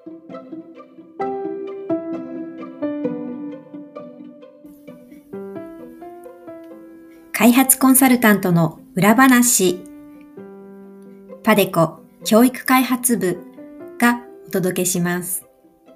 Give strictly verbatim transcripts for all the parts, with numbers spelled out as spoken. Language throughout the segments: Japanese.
開発コンサルタントの裏話、パデコ教育開発部がお届けします。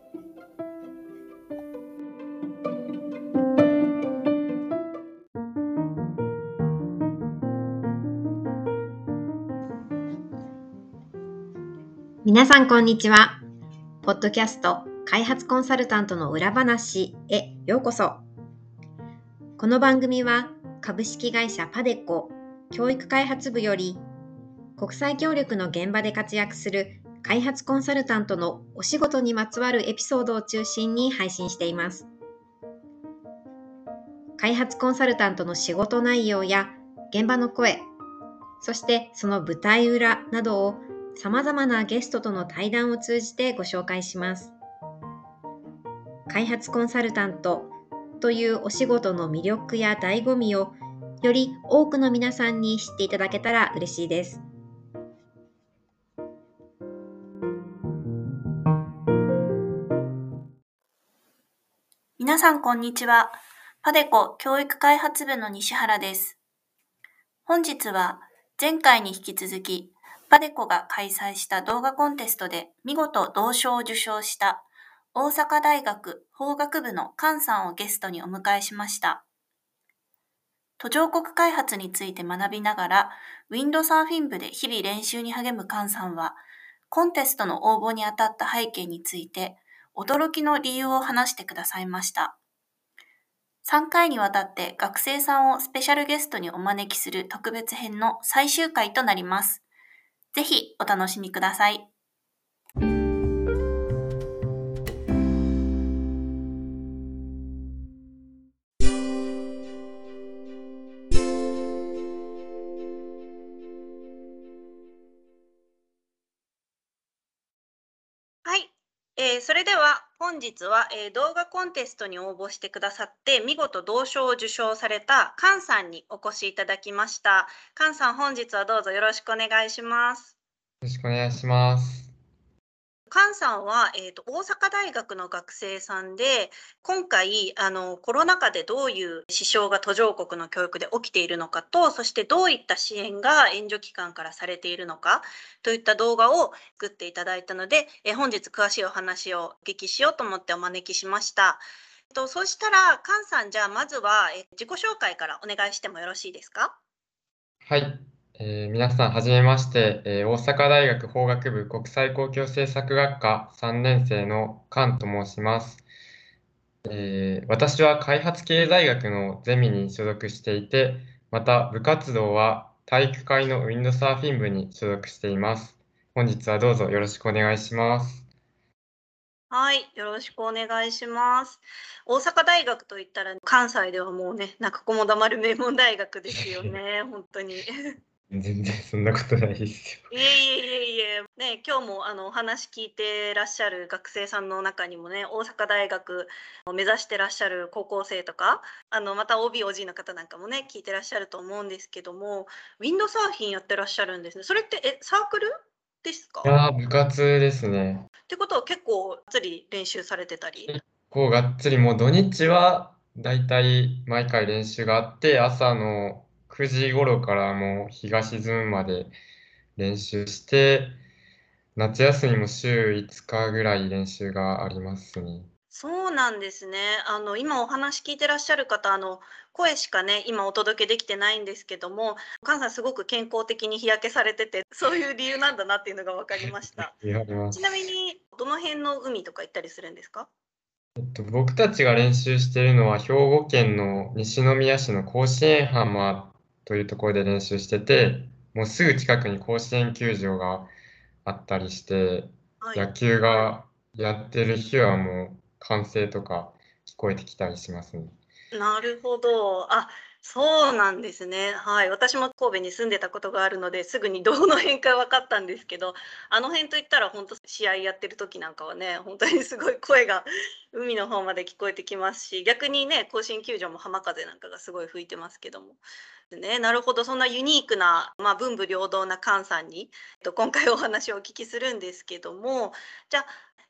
皆さんこんにちは。ポッドキャスト開発コンサルタントの裏話へようこそ。この番組は株式会社パデコ教育開発部より国際協力の現場で活躍する開発コンサルタントのお仕事にまつわるエピソードを中心に配信しています。開発コンサルタントの仕事内容や現場の声、そしてその舞台裏などをさまざまなゲストとの対談を通じてご紹介します。開発コンサルタントというお仕事の魅力や醍醐味をより多くの皆さんに知っていただけたら嬉しいです。 皆さんこんにちは。パデコ教育開発部の西原です。本日は前回に引き続きパデコが開催した動画コンテストで見事銅賞を受賞した大阪大学法学部の菅さんをゲストにお迎えしました。途上国開発について学びながらウィンドサーフィン部で日々練習に励む菅さんはコンテストの応募にあたった背景について驚きの理由を話してくださいました。さんかいにわたって学生さんをスペシャルゲストにお招きする特別編の最終回となります。ぜひお楽しみください。はい、えー、それでは本日は、えー、動画コンテストに応募してくださって見事銅賞を受賞された菅さんにお越しいただきました。菅さん、本日はどうぞよろしくお願いします。 よろしくお願いします。 菅さんは、えーと、大阪大学の学生さんで、今回あのコロナ禍でどういう支障が途上国の教育で起きているのかと、そしてどういった支援が援助機関からされているのかといった動画を作っていただいたので、えー、本日詳しいお話をお聞きしようと思ってお招きしました。えーと、そうしたら菅さん、じゃあまずは、えー、自己紹介からお願いしてもよろしいですか？ はい、えー、皆さんはじめまして、えー、大阪大学法学部国際公共政策学科さんねん生の菅と申します。えー、私は開発経済学のゼミに所属していて、また部活動は体育会のウィンドサーフィン部に所属しています。本日はどうぞよろしくお願いします。 はい、よろしくお願いします。大阪大学といったら関西ではもうね、泣く子も黙る名門大学ですよね、本当に。 全然そんなことないですよ。 いえいえいえいえ、ね、今日もあのお話聞いてらっしゃる学生さんの中にもね、大阪大学を目指してらっしゃる高校生とか、あのまた オービー、オージー の方なんかもね、聞いてらっしゃると思うんですけども、ウィンドサーフィンやってらっしゃるんですね。それってえサークルですか？ いやー、部活ですね。 ってことは結構がっつり練習されてたり。 結構がっつり、もう土日はだいたい毎回練習があって、朝のくじ頃からもう日が沈むまで練習して、夏休みも週いつかぐらい練習がありますね。 そうなんですね。あの今お話聞いてらっしゃる方、あの声しかね、今お届けできてないんですけども、菅さんすごく健康的に日焼けされてて、そういう理由なんだなっていうのが分かりました。 やりまちなみす。 にどの辺の海とか行ったりするんですか？ えっと、僕たちが練習しているのは兵庫県の西宮市の甲子園浜というところで練習してて、もうすぐ近くに甲子園球場があったりして、 はい。 野球がやってる日はもう歓声とか聞こえてきたりしますね。 なるほど。あ、そうなんですね。はい。私も神戸に住んでたことがあるので、すぐにどの辺か分かったんですけど、あの辺といったら本当試合やってる時なんかはね、本当にすごい声が海の方まで聞こえてきますし、逆にね、甲子園球場も浜風なんかがすごい吹いてますけども。ね、なるほど。そんなユニークな、まあ、文武両道な菅さんに、えっと、今回お話をお聞きするんですけども、じゃあ、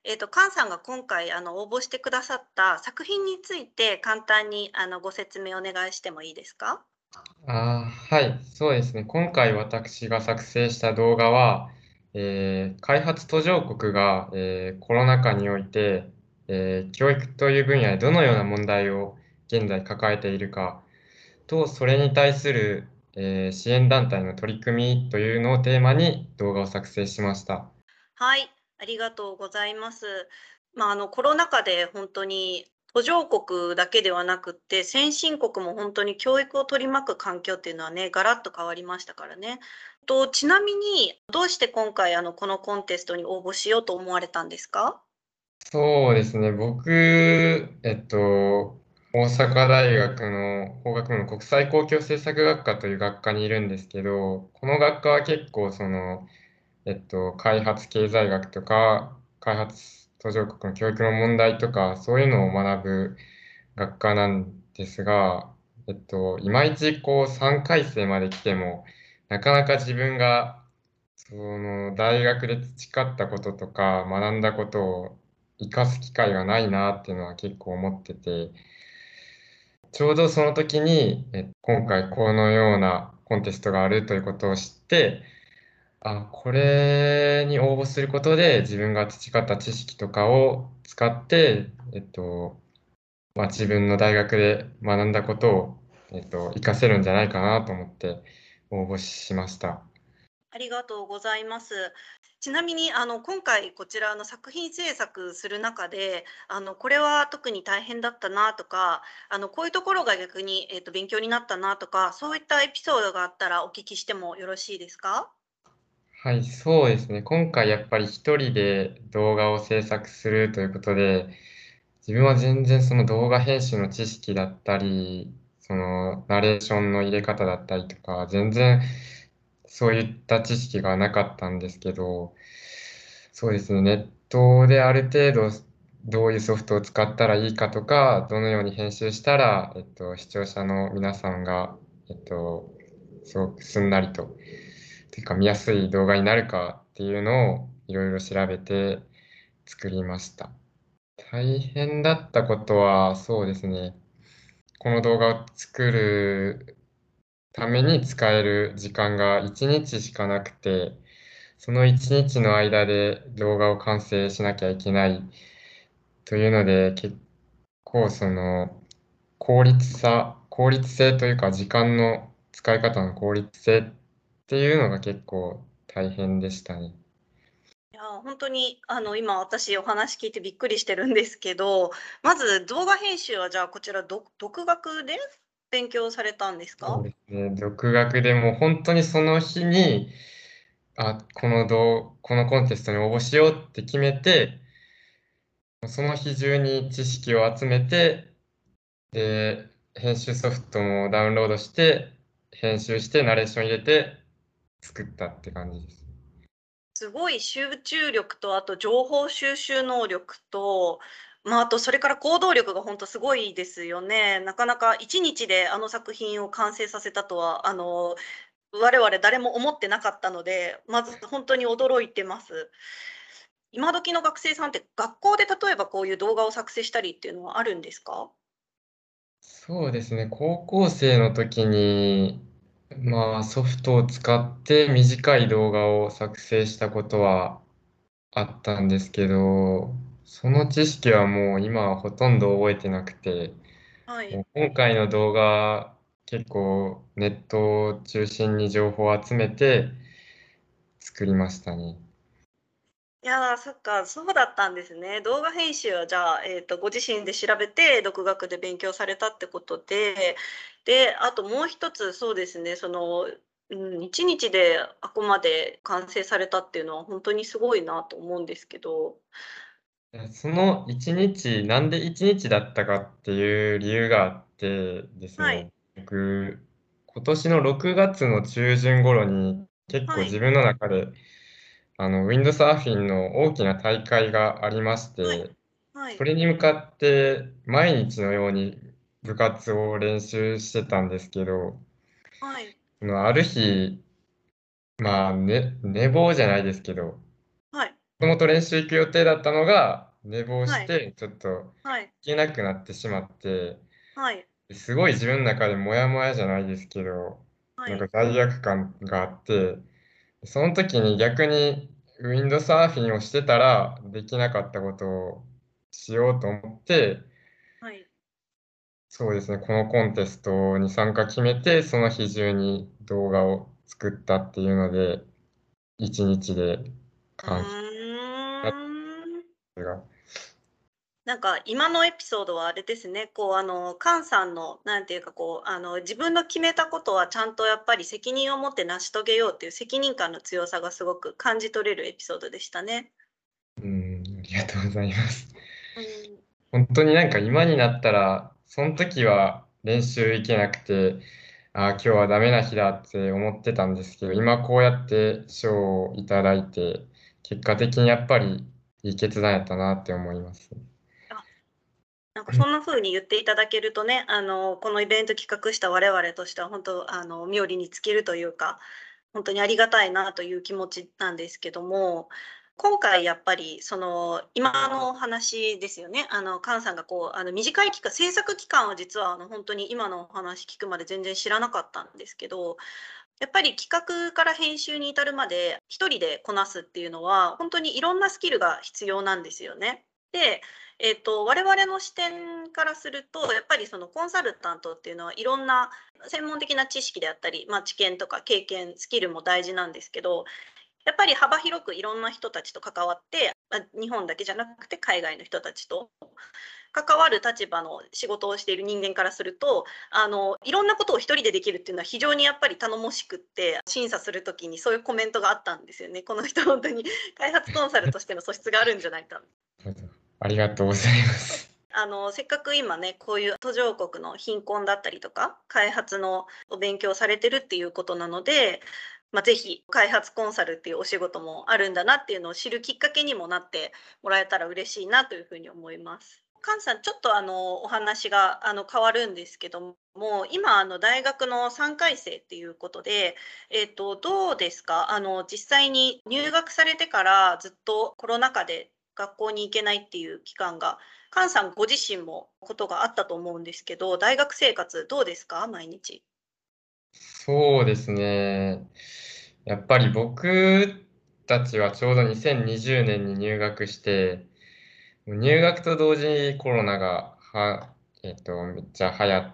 えっと、カンさんが今回あの応募してくださった作品について簡単にあのご説明お願いしてもいいですか？ あーはい、そうですね。今回私が作成した動画は、えー開発途上国が、えーコロナ禍において、えー教育という分野でどのような問題を現在抱えているかと、それに対する、えー支援団体の取り組みというのをテーマに動画を作成しました。 はい、ありがとうございます。まあ、あのコロナ禍で本当に途上国だけではなくって先進国も本当に教育を取り巻く環境っていうのはね、ガラッと変わりましたからね。とちなみにどうして今回あのこのコンテストに応募しようと思われたんですか？ そうですね。僕、えっと、大阪大学の法学部の国際公共政策学科という学科にいるんですけど、この学科は結構その、えっと、開発経済学とか、開発途上国の教育の問題とか、そういうのを学ぶ学科なんですが、えっと、いまいちこうさんかい生まで来ても、なかなか自分がその大学で培ったこととか学んだことを活かす機会がないなっていうのは結構思ってて、ちょうどその時に、え今回このようなコンテストがあるということを知って、あ、これに応募することで自分が培った知識とかを使って、えっと、まあ、自分の大学で学んだことを、えっと、活かせるんじゃないかなと思って応募しました。 ありがとうございます。ちなみにあの今回こちらの作品制作する中で、あのこれは特に大変だったなとか、あのこういうところが逆に、えっと、勉強になったなとか、そういったエピソードがあったらお聞きしてもよろしいですか？ はい、そうですね。今回やっぱり一人で動画を制作するということで、自分は全然その動画編集の知識だったり、そのナレーションの入れ方だったりとか、全然そういった知識がなかったんですけど、そうですね、ネットである程度どういうソフトを使ったらいいかとか、どのように編集したら、えっと、視聴者の皆さんが、えっと、すごくすんなりと、というか見やすい動画になるかっていうのをいろいろ調べて作りました。大変だったことは、そうですね、この動画を作るために使える時間がいちにちしかなくて、そのいちにちの間で動画を完成しなきゃいけないというので、結構その効率さ、効率性というか時間の使い方の効率性っていうのが結構大変でしたね。 いや、本当にあの今私お話聞いてびっくりしてるんですけど、まず動画編集はじゃあこちらど独学で勉強されたんですか？ そうですね。独学でもう本当にその日に、あ、この動、このコンテストに応募しようって決めて、その日中に知識を集めて、で、編集ソフトもダウンロードして、編集してナレーション入れて作ったって感じです。 すごい集中力と、あと情報収集能力と、まあ、あとそれから行動力が本当すごいですよね。なかなかいちにちであの作品を完成させたとは、あの、我々誰も思ってなかったので、まず本当に驚いてます。今時の学生さんって学校で例えばこういう動画を作成したりっていうのはあるんですか？ そうですね。高校生の時に、まあ、ソフトを使って短い動画を作成したことはあったんですけど、その知識はもう今はほとんど覚えてなくて、 はい。 もう今回の動画、結構ネットを中心に情報を集めて作りましたね。 いやー、そっか、そうだったんですね。動画編集はじゃあ、えっと、ご自身で調べて独学で勉強されたってことで、で、あともう一つ、そうですね、その、うん、いちにちであこまで完成されたっていうのは本当にすごいなと思うんですけど。 そのいちにち、なんでいちにちだったかっていう理由があってですはい、 ね、僕、今年のろくがつの中旬頃に結構はい、 自分の中であのウィンドサーフィンの大きな大会がありましはい、 て、 はい、 それに向かって毎日のように部活を練習してたんですけど、 はい、 あのある日、まあ、ね、寝坊じゃないですけど、 はい。 ともと練習行く予定だったのが、寝坊はい。 して、ちょっと行はい。 けなくなってしまって、 はい。 すごい自分の中でモヤモヤじゃないですけど、なんかはい。 罪悪感があって、その時に逆にウィンドサーフィンをしてたらできなかったことをしようと思って、 はい。 そうですね、このコンテストに参加決めて、その日中に動画を作ったっていうので、一日でう完結したってーん。 いうのが、 なんか今のエピソードはあれですね、こうあの菅さんのなんていうかこうあの自分の決めたことはちゃんとやっぱり責任を持って成し遂げようっていう責任感の強さがすごく感じ取れるエピソードでしたね。 うん、ありがとうございます。 うん、 本当になんか今になったら、その時は練習行けなくて、ああ、今日はダメな日だって思ってたんですけど、今こうやって賞をいただいて、結果的にやっぱりいい決断やったなって思います。 あ、なんかそんな風に言っていただけるとね、あのこのイベント企画した我々としては本当あの妙利に尽きるというか、本当にありがたいなという気持ちなんですけども、今回やっぱりその今のお話ですよね。あの菅さんがこうあの短い期間制作期間は実はあの本当に今のお話聞くまで全然知らなかったんですけど、やっぱり企画から編集に至るまで一人でこなすっていうのは本当にいろんなスキルが必要なんですよね。で、えっと、我々の視点からするとやっぱりそのコンサルタントっていうのはいろんな専門的な知識であったり、まあ、知見とか経験スキルも大事なんですけど、やっぱり幅広くいろんな人たちと関わって、まあ、日本だけじゃなくて海外の人たちと関わる立場の仕事をしている人間からすると、あのいろんなことを一人でできるっていうのは非常にやっぱり頼もしくって、審査するときにそういうコメントがあったんですよね。この人本当に開発コンサルとしての素質があるんじゃないか。 ありがとうございます。 あのせっかく今ねこういう途上国の貧困だったりとか開発のお勉強されてるっていうことなので、まあ、ぜひ開発コンサルっていうお仕事もあるんだなっていうのを知るきっかけにもなってもらえたら嬉しいなというふうに思います。菅さん、ちょっとあのお話があの変わるんですけども、今あの大学のさんかい生っていうことで、えっと、どうですか？あの実際に入学されてからずっとコロナ禍で学校に行けないっていう期間が、菅さんご自身もことがあったと思うんですけど、大学生活どうですか？毎日。 そうですね。やっぱり僕たちはちょうどにせんにじゅうねんに入学して、入学と同時にコロナがは、えっと、めっちゃ流行って、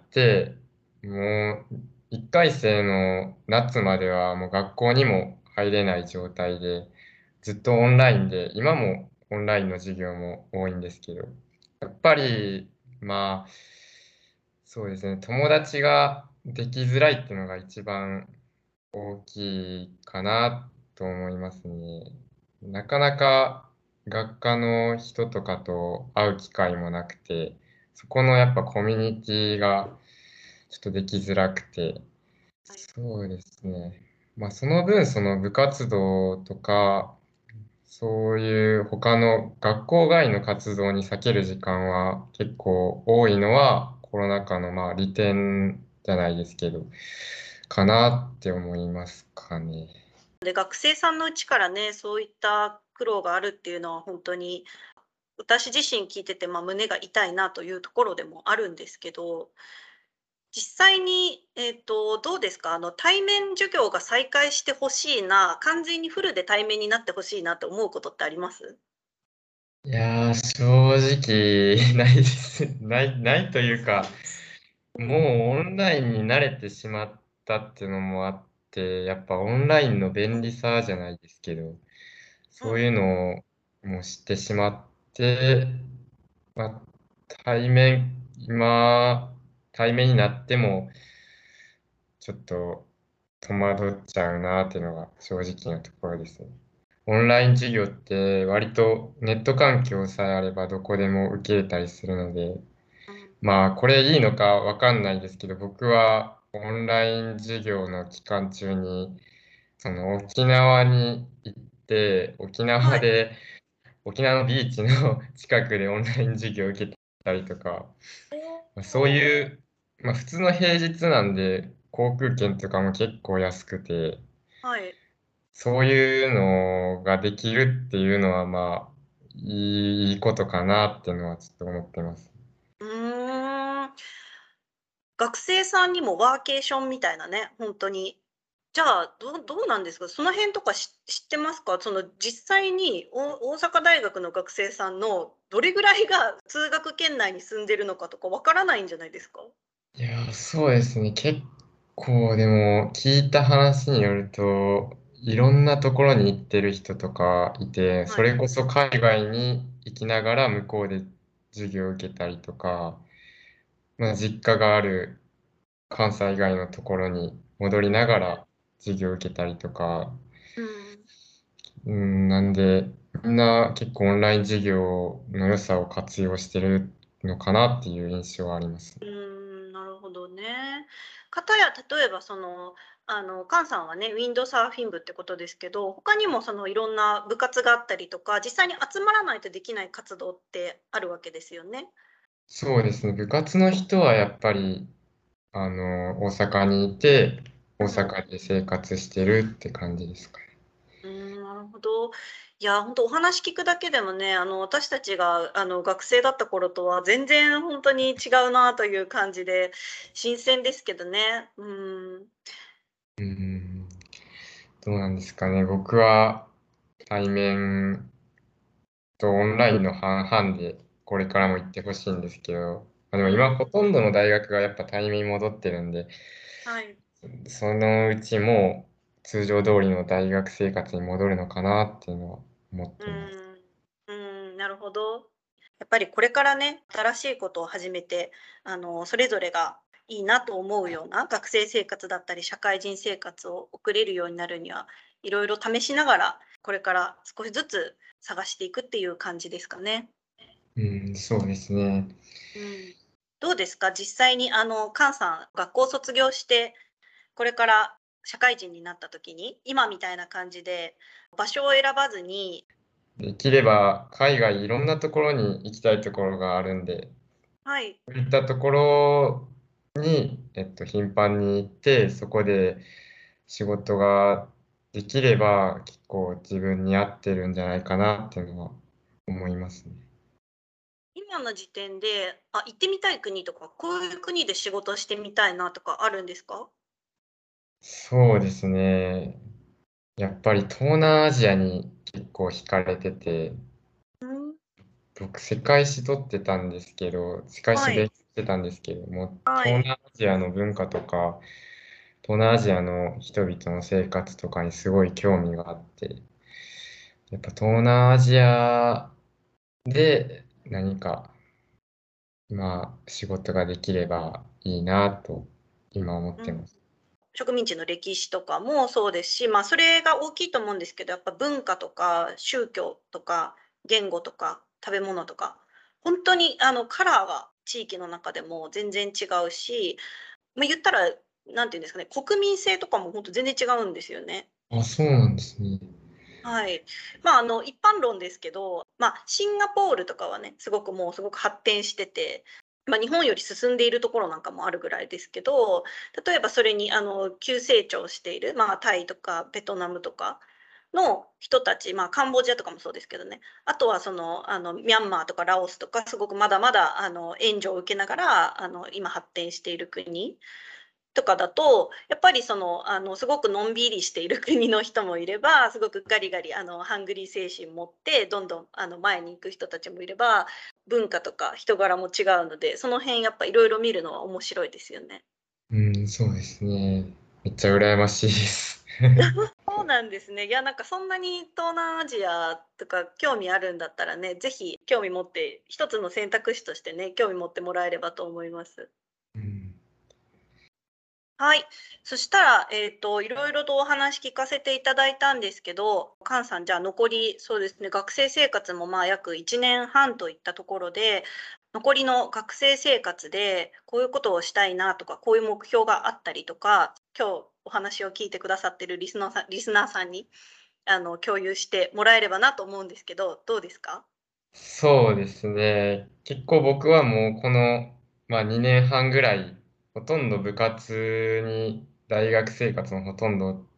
もういっかい生の夏まではもう学校にも入れない状態で、ずっとオンラインで、今もオンラインの授業も多いんですけど、やっぱり、まあ、そうですね、友達ができづらいっていうのが一番大きいかなと思いますね。なかなか学科の人とかと会う機会もなくて、そこのやっぱコミュニティがちょっとできづらくて、 はい。 そうですね。まあその分その部活動とか、そういう他の学校外の活動に割ける時間は結構多いのはコロナ禍のまあ利点じゃないですけど、かなって思いますかね。 で、学生さんのうちからね、そういった苦労があるっていうのは本当に、私自身聞いてて、まあ、胸が痛いなというところでもあるんですけど、実際に、えっと、どうですか？あの、対面授業が再開してほしいな、完全にフルで対面になってほしいなって思うことってあります？ いやー、正直ないです。ない、ないというか、 うん。 もうオンラインに慣れてしまったっていうのもあって、やっぱオンラインの便利さじゃないですけど、 うん。 そういうのをもう知ってしまって、まあ、対面、今、対面になっても、ちょっと戸惑っちゃうなっていうのが正直なところですね。オンライン授業って割とネット環境さえあればどこでも受けれたりするので、 うん。 まあこれいいのかわかんないですけど、僕はオンライン授業の期間中にその沖縄に行って、沖縄はい。 で沖縄のビーチの近くでオンライン授業を受けたりとか、まあ、そうおー。 いう、まあ、普通の平日なんで航空券とかも結構安くて、 はい。 そういうのができるっていうのは、まあ、いいことかなっていうのはちょっと思ってます。 うーん。学生さんにもワーケーションみたいなね、本当に。じゃあ、どうどうなんですか？その辺とかし知ってますか？その実際にお大阪大学の学生さんのどれぐらいが通学圏内に住んでるのかとかわからないんじゃないですか？ いやー、そうですね。結構でも聞いた話によると、いろんなところに行ってる人とかいて、そはい。 れこそ海外に行きながら向こうで授業を受けたりとか、まあ、実家がある関西以外のところに戻りながら授業を受けたりとか、 うん。 うん、なんで、みんな結構オンライン授業の良さを活用してるのかなっていう印象はあります。 うーん、なるほどね。かたや例えばその、あの、菅さんはね、ウィンドサーフィン部ってことですけど、他にもそのいろんな部活があったりとか、実際に集まらないとできない活動ってあるわけですよね。 そうですね。部活の人はやっぱり、あの、大阪にいて、大うん。 阪で生活してるって感じですかね。 うーん、なるほど。いや、本当お話聞くだけでもね、あの、私たちが、あの、学生だった頃とは全然本当に違うなという感じで、新鮮ですけどね。うん。 うん、どうなんですかね。僕は対面とオンラインの半々でこれからも行ってほしいんですけど、まあ、でもうん。 今ほとんどの大学がやっぱ対面に戻ってるんで、 はい。 そのうちも通常通りの大学生活に戻るのかなっていうのは思っうています。 ん。うん、なるほど。やっぱりこれからね、新しいことを始めて、あの、それぞれがいいなと思うような学生生活だったり、社会人生活を送れるようになるには、いろいろ試しながら、これから少しずつ探していくっていう感じですかね。 うん、そうですね。 うん。どうですか？実際にあの、菅さん、学校卒業して、これから社会人になった時に、今みたいな感じで、場所を選ばずにできれば海外いろんなところに行きたいところがあるんで、 はい。 そういったところに、えっと、頻繁に行って、そこで仕事ができれば結構自分に合ってるんじゃないかなっていうのは思いますね。 今の時点で、あ、行ってみたい国とか、こういう国で仕事してみたいなとかあるんですか？ そうですね。やっぱり東南アジアに結構惹かれてて、 うん、 僕世界史取ってたんですけど、世界史はい、 勉強してたんですけども、 はい。 東南アジアの文化とか、東南アジアの人々の生活とかにすごい興味があって、やっぱ東南アジアで何か、まあ、仕事ができればいいなと今思っうん。 てます。 植民地の歴史とかもそうですし、まあ、それが大きいと思うんですけど、やっぱ文化とか宗教とか言語とか食べ物とか、本当にあのカラーが地域の中でも全然違うし、まあ、言ったら、なんていうんですかね、国民性とかも本当全然違うんですよね。 あ、そうなんですね。 はい。まあ、あの、一般論ですけど、まあ、シンガポールとかはね、すごくもうすごく発展してて、まあ、日本より進んでいるところなんかもあるぐらいですけど、例えばそれに、あの、急成長している、まあ、タイとかベトナムとかの人たち、まあ、カンボジアとかもそうですけどね、あとはその、あの、ミャンマーとかラオスとか、すごくまだまだ、あの、援助を受けながら、あの、今発展している国とかだと、やっぱりその、あの、すごくのんびりしている国の人もいれば、すごくガリガリ、あの、ハングリー精神持って、どんどん、あの、前に行く人たちもいれば、文化とか人柄も違うので、その辺やっぱいろいろ見るのは面白いですよね。 うん、そうですね。めっちゃ羨ましいです。 そうなんですね。いや、なんかそんなに東南アジアとか興味あるんだったらね、ぜひ興味持って、一つの選択肢としてね、興味持ってもらえればと思います。 うん、 はい。そしたら、えっと、いろいろとお話聞かせていただいたんですけど、菅さん、じゃあ残り、そうですね、学生生活もまあ約いちねんはんといったところで、残りの学生生活でこういうことをしたいなとか、こういう目標があったりとか、今日お話を聞いてくださってるリスナーさん、リスナーさんにあの共有してもらえればなと思うんですけど、どうですか？ そうですね。結構僕はもうこの、まあ、にねんはんぐらい、ほとんど部活に大学生活のほとんど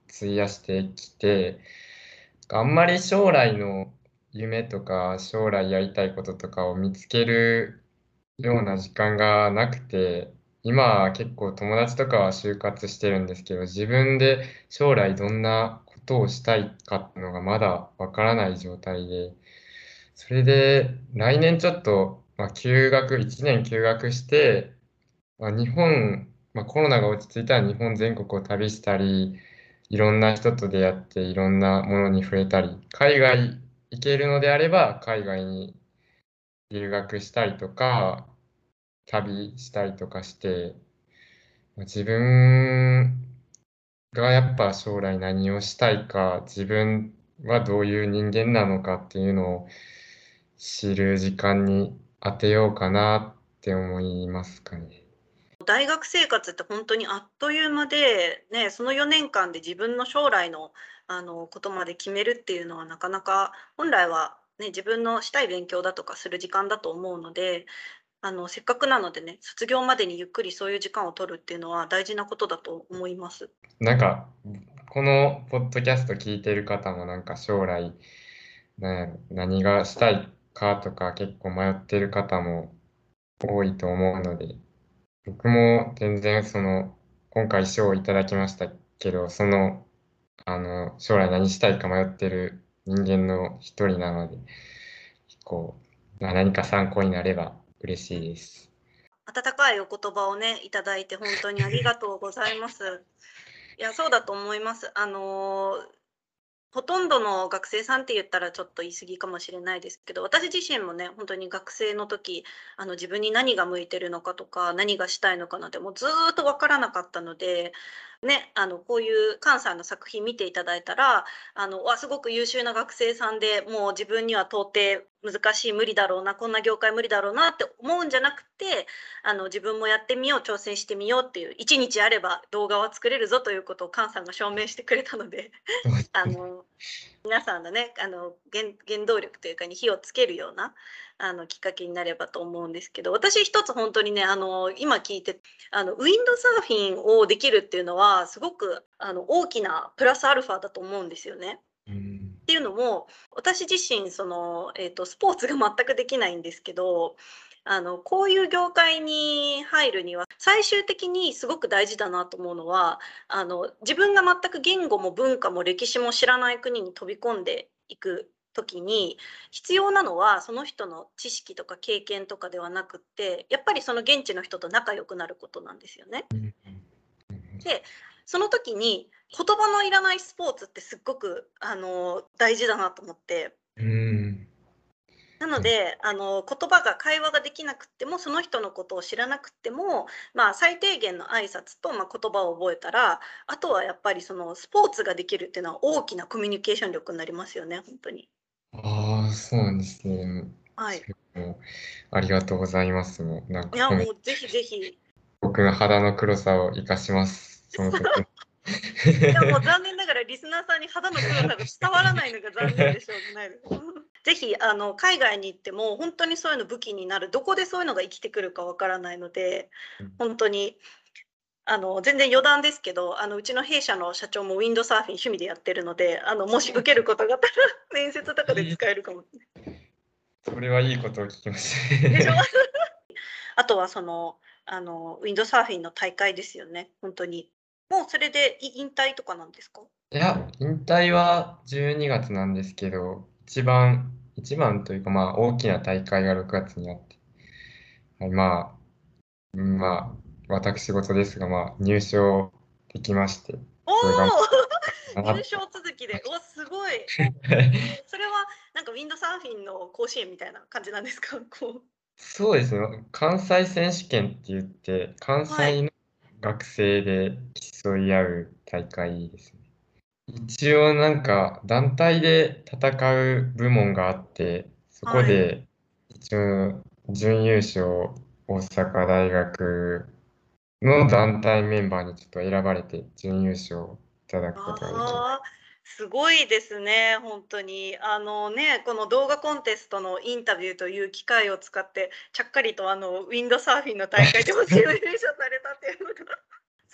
費やしてきて、あんまり将来の夢とか将来やりたいこととかを見つけるような時間がなくて、今は結構友達とかは就活してるんですけど、自分で将来どんなことをしたいかっていうのがまだわからない状態で、それで来年ちょっと、まあ、休学、いちねん休学して、まあ、日本、まあ、コロナが落ち着いたら日本全国を旅したり、いろんな人と出会っていろんなものに触れたり、海外行けるのであれば海外に留学したりとか、旅したりとかして、まあ自分がやっぱ将来何をしたいか、自分はどういう人間なのかっていうのを知る時間に当てようかなって思いますかね。 大学生活って本当にあっという間で、ね、そのよねんかんで自分の将来の、あのことまで決めるっていうのはなかなか本来は、ね、自分のしたい勉強だとかする時間だと思うので、あのせっかくなのでね、卒業までにゆっくりそういう時間を取るっていうのは大事なことだと思います。 なんか、このポッドキャスト聞いてる方もなんか将来、なんやろ何がしたいかとか結構迷ってる方も多いと思うので、僕も全然その、今回賞をいただきましたけど、その、あの、将来何したいか迷ってる人間の一人なので、こう、まあ、何か参考になれば嬉しいです。 温かいお言葉をね、いただいて本当にありがとうございます。いや、そうだと思います。あのほとんどの学生さんって言ったらちょっと言い過ぎかもしれないですけど、私自身もね、本当に学生の時、あの自分に何が向いてるのかとか、何がしたいのかなんてもうずーっとわからなかったので、ね、あのこういう菅さんの作品見ていただいたら、あのわすごく優秀な学生さんで、もう自分には到底難しい、無理だろうな、こんな業界無理だろうなって思うんじゃなくて、あの自分もやってみよう、挑戦してみようっていう、一日あれば動画は作れるぞということを菅さんが証明してくれたので、あの皆さんのね、あの原原動力というかに火をつけるようなあのきっかけになればと思うんですけど、私一つ本当にね、あの今聞いて、あのウィンドサーフィンをできるっていうのはすごくあの大きなプラスアルファだと思うんですよね。 うんっていうのも、私自身その、えーと、スポーツが全くできないんですけど、あのこういう業界に入るには最終的にすごく大事だなと思うのは、あの自分が全く言語も文化も歴史も知らない国に飛び込んでいく時に必要なのはその人の知識とか経験とかではなくって、やっぱりその現地の人と仲良くなることなんですよね。 うんでその時に言葉のいらないスポーツってすっごくあの大事だなと思って、 うんなのであの言葉が会話ができなくってもその人のことを知らなくっても、まあ、最低限の挨拶と、まあ、言葉を覚えたら、あとはやっぱりそのスポーツができるっていうのは大きなコミュニケーション力になりますよね、本当に。 ああ、そうなんですね。 はい。 それもありがとうございます。もうなんいや、 か褒め、 もうぜひぜひ。 僕の肌の黒さを生かします。その時。 いや、もう残念ながらリスナーさんに肌の黒さが伝わらないのが残念でしょうがないです。ぜひあの海外に行っても本当にそういうの武器になる、どこでそういうのが生きてくるかわからないので、本当にあの全然余談ですけど、あのうちの弊社の社長もウィンドサーフィン趣味でやってるので、あのもし受けることがあったら面接とかで使えるかも。 それはいいことを聞きましでしょた。 あとはそのあのウィンドサーフィンの大会ですよね、本当に。もうそれでい引退とかなんですか？ いや、引退はじゅうにがつなんですけど、一番、一番というか、まあ、大きな大会がろくがつにあって、はい、まあ、うんまあ、私事ですが、まあ、入賞できまして、 おおすごい頑張ったなと。 入賞続きで、おすごい。それはなんかウィンドサーフィンの甲子園みたいな感じなんですか？こう。 そうですね、関西選手権って言って、関はい。 西の学生で競い合う大会ですね。一応なんか団体で戦う部門があって、そこはい。 で一応準優勝大阪大学の団体メンバーにちょっと選ばれて準優勝いただくことができまああ、すごいですね、本当に。あのね、この動画コンテストのインタビューという機会を使って、ちゃっかりとあのウィンドサーフィンの大会でも準優勝されたっていうのが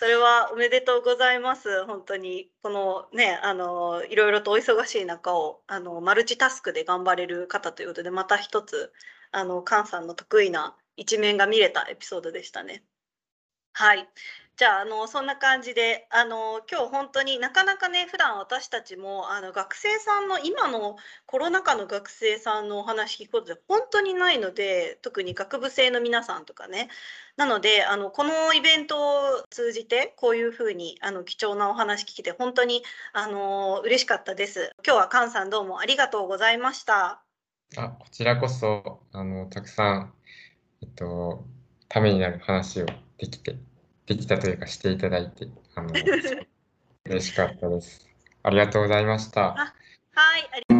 それはおめでとうございます。本当に、このね、あの、いろいろとお忙しい中を、あの、マルチタスクで頑張れる方ということで、また一つ、あの、菅さんの得意な一面が見れたエピソードでしたね。はい。じゃあ、あの、そんな感じで、あの、今日本当になかなかね、普段私たちも、あの、学生さんの、今のコロナ禍の学生さんのお話聞くことで本当にないので、特に学部生の皆さんとかね。なので、あの、このイベントを通じて、こういうふうに、あの、貴重なお話聞けて、本当に、あの、嬉しかったです。今日は菅さんどうもありがとうございました。 あ、こちらこそ、あの、たくさん、えっと、ためになる話をできて、できたというかしていただいて、あの、すごく嬉しかったです。ありがとうございました。 あ、はい。あり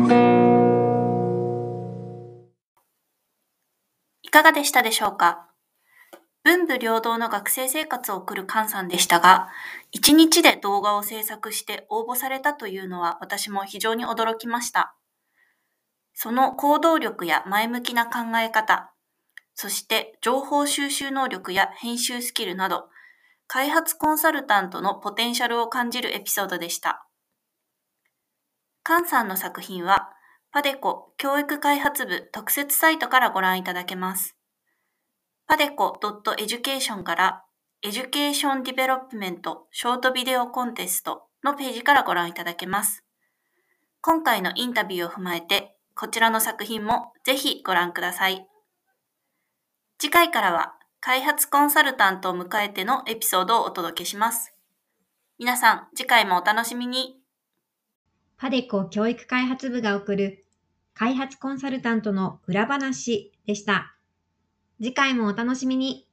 いかがでしたでしょうか。文武両道の学生生活を送る菅さんでしたが、一日で動画を制作して応募されたというのは私も非常に驚きました。その行動力や前向きな考え方、そして情報収集能力や編集スキルなど、開発コンサルタントのポテンシャルを感じるエピソードでした。菅さんの作品は、パデコ教育開発部特設サイトからご覧いただけます。パデコ .education からエデュケーションディベロップメントショートビデオコンテストのページからご覧いただけます。今回のインタビューを踏まえて、こちらの作品もぜひご覧ください。次回からは開発コンサルタントを迎えてのエピソードをお届けします。皆さん、次回もお楽しみに。 パデコ教育開発部が送る開発コンサルタントの裏話でした。次回もお楽しみに。